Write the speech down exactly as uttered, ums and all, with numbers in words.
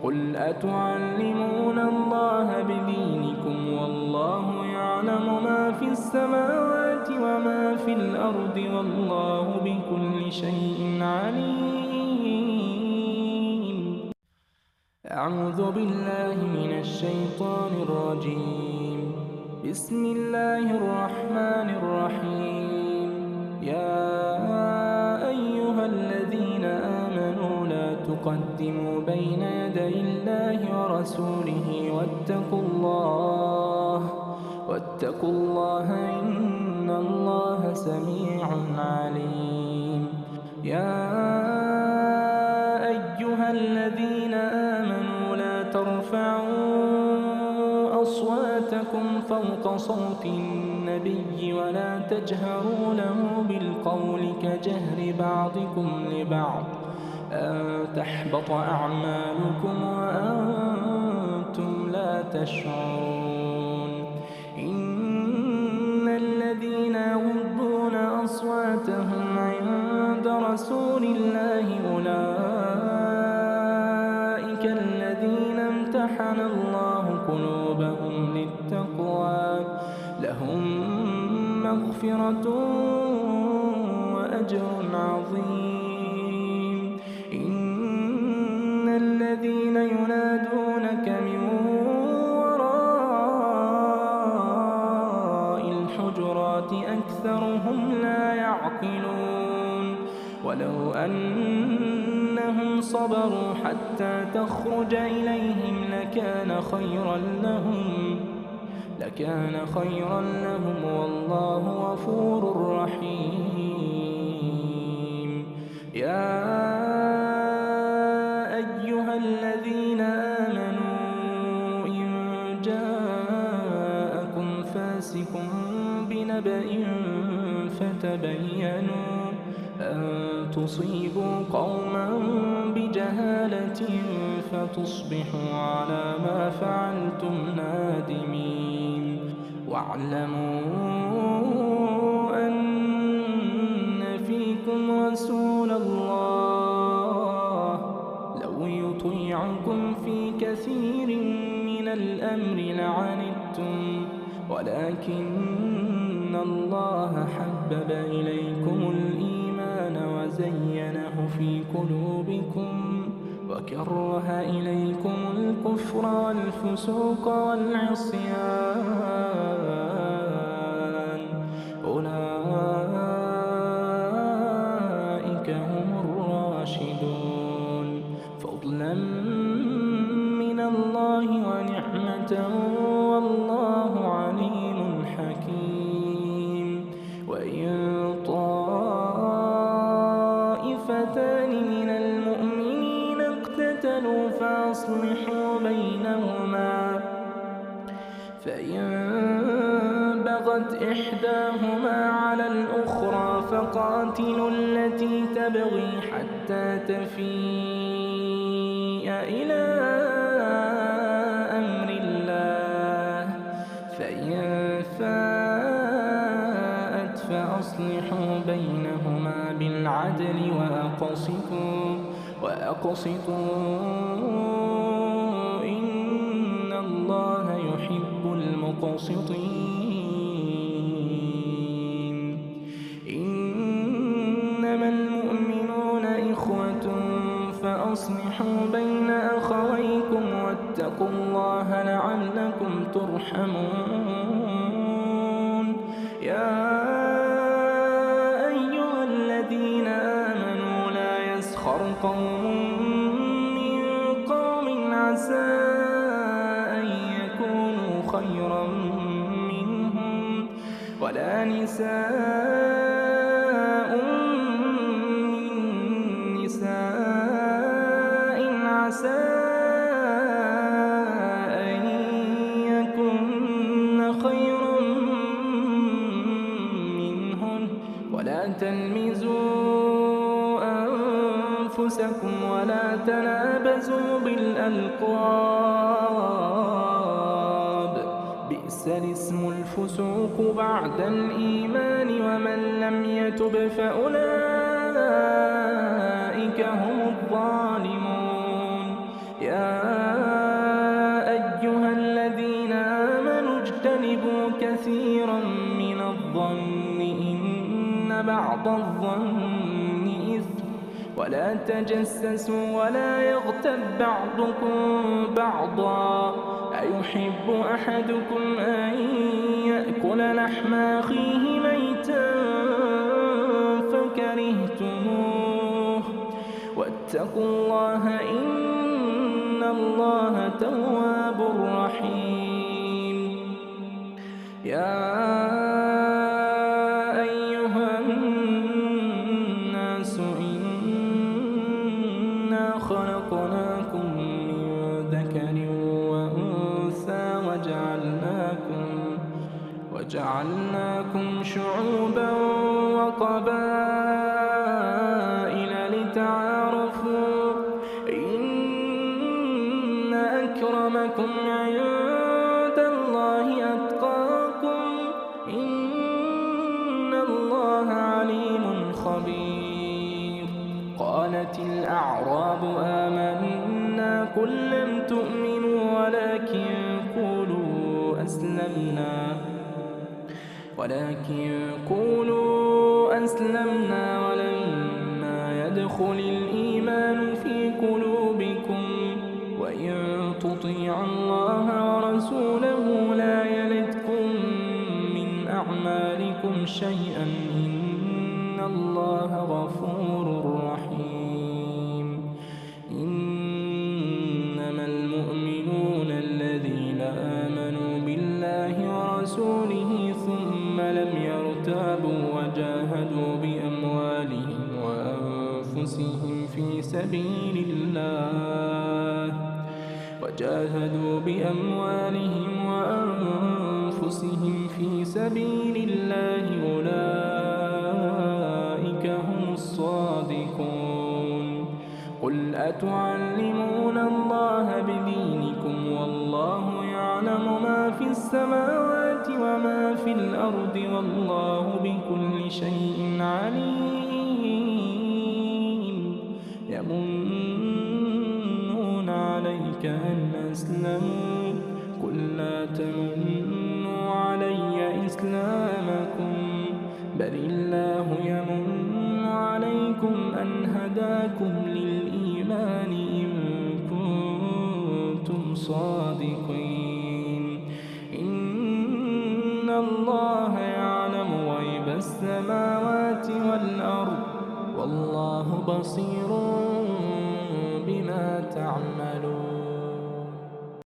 قل أتعلمون الله بدينكم والله يعلم ما في السماوات وما في الأرض والله بكل شيء عليم. أعوذ بالله من الشيطان الرجيم. بسم الله الرحمن الرحيم. يا أيها الذين آمنوا لا تقدموا بين يدي الله ورسوله واتقوا الله واتقوا الله إن الله سميع عليم. يا أيها الذين آمنوا لا ترفعوا أصواتكم فوق صوت النبي ولا تجهروا له بالقول كجهر بعضكم لبعض أن تحبط أعمالكم وأنتم لا تشعرون. إن الذين يغضون أصواتهم عند رسول الله أولئك الذين امتحن الله قلوبهم للتقوى لهم مغفرة وأجر عظيم. إن الذين ينادونك من وراء الحجرات أكثرهم لا يعقلون. ولو أنهم صبروا حتى تخرج إليهم لكان خيرا لهم لكان خيرا لهم والله غفور رحيم. يا أيها الذين آمنوا إن جاءكم فاسق بنبأ فتبينوا أن تصيبوا قوما بجهالة فتصبحوا على ما فعلتم نادمين. واعلموا أن فيكم رسول الله لو يطيعكم في كثير من الأمر لعنتم ولكن الله حبب إليكم الإيمان وزينه في قلوبكم وكره إليكم الكفر والفسوق والعصيان أولئك هم الراشدون فضلا من الله ونعمة والله عليم حكيم. وإن طائفتان من المؤمنين اقتتلوا فأصلحوا بينهما فإن بغت إحداهما على الأخرى فقاتلوا التي تبغي حتى تفيء إلى أمر الله فإن فاءت فأصلحوا بينهما بالعدل وأقسطوا وأقسطوا إن الله يحب المقسطين. إنما المؤمنون إخوة فأصلحوا بين أخويكم واتقوا الله لعلكم ترحمون. يا أيها الذين آمنوا لا يسخر قوم من قوم عسى أن يكونوا خيرا منهم ولا نساء من نساء عسى أن يكن خيرا منهن ولا تلمزوا أنفسكم ولا تنابزوا بالألقاب بئس الاسم الفسوق بعد الإيمان ومن لم يتب فأولئك هم الظالمون. يا بعض الظن إثم ولا تجسسوا ولا يغتب بعضكم بعضا أيحب أحدكم أن يأكل لحم أخيه ميتا فكرهتموه واتقوا الله إن الله تواب رحيم. يا أيها الناس إنا خلقناكم من ذكر وأنثى وجعلناكم وجعلناكم شعوبا وقبائل لتعارفوا إن أكرمكم عند الله أتقاكم إن الله عليم خبير. قالت الأعراب آمنا قل لم تؤمنوا ولكن قولوا أسلمنا ولكن قولوا أسلمنا ولما يدخل الإيمان في قلوبكم وإن تطيعوا الله ورسوله لا يلدكم من أعمالكم شيئا إن الله غفور رحيم. إنما المؤمنون الذين آمنوا بالله ورسوله ثم لم يرتابوا وجاهدوا بأموالهم وأنفسهم في سبيل الله وجاهدوا بأموالهم وأنفسهم في سبيل الله أولئك هم الصادقون. قل أتعلمون الله بدينكم والله يعلم ما في السماوات وما في الأرض والله بكل شيء عليم. يمنون عليك أن أسلموا قل لا تمنوا علي إسلامكم بل الله يمن عليكم أن هداكم للإيمان إن كنتم صادقين. إن الله يعلم غيب السماوات والأرض والله بصير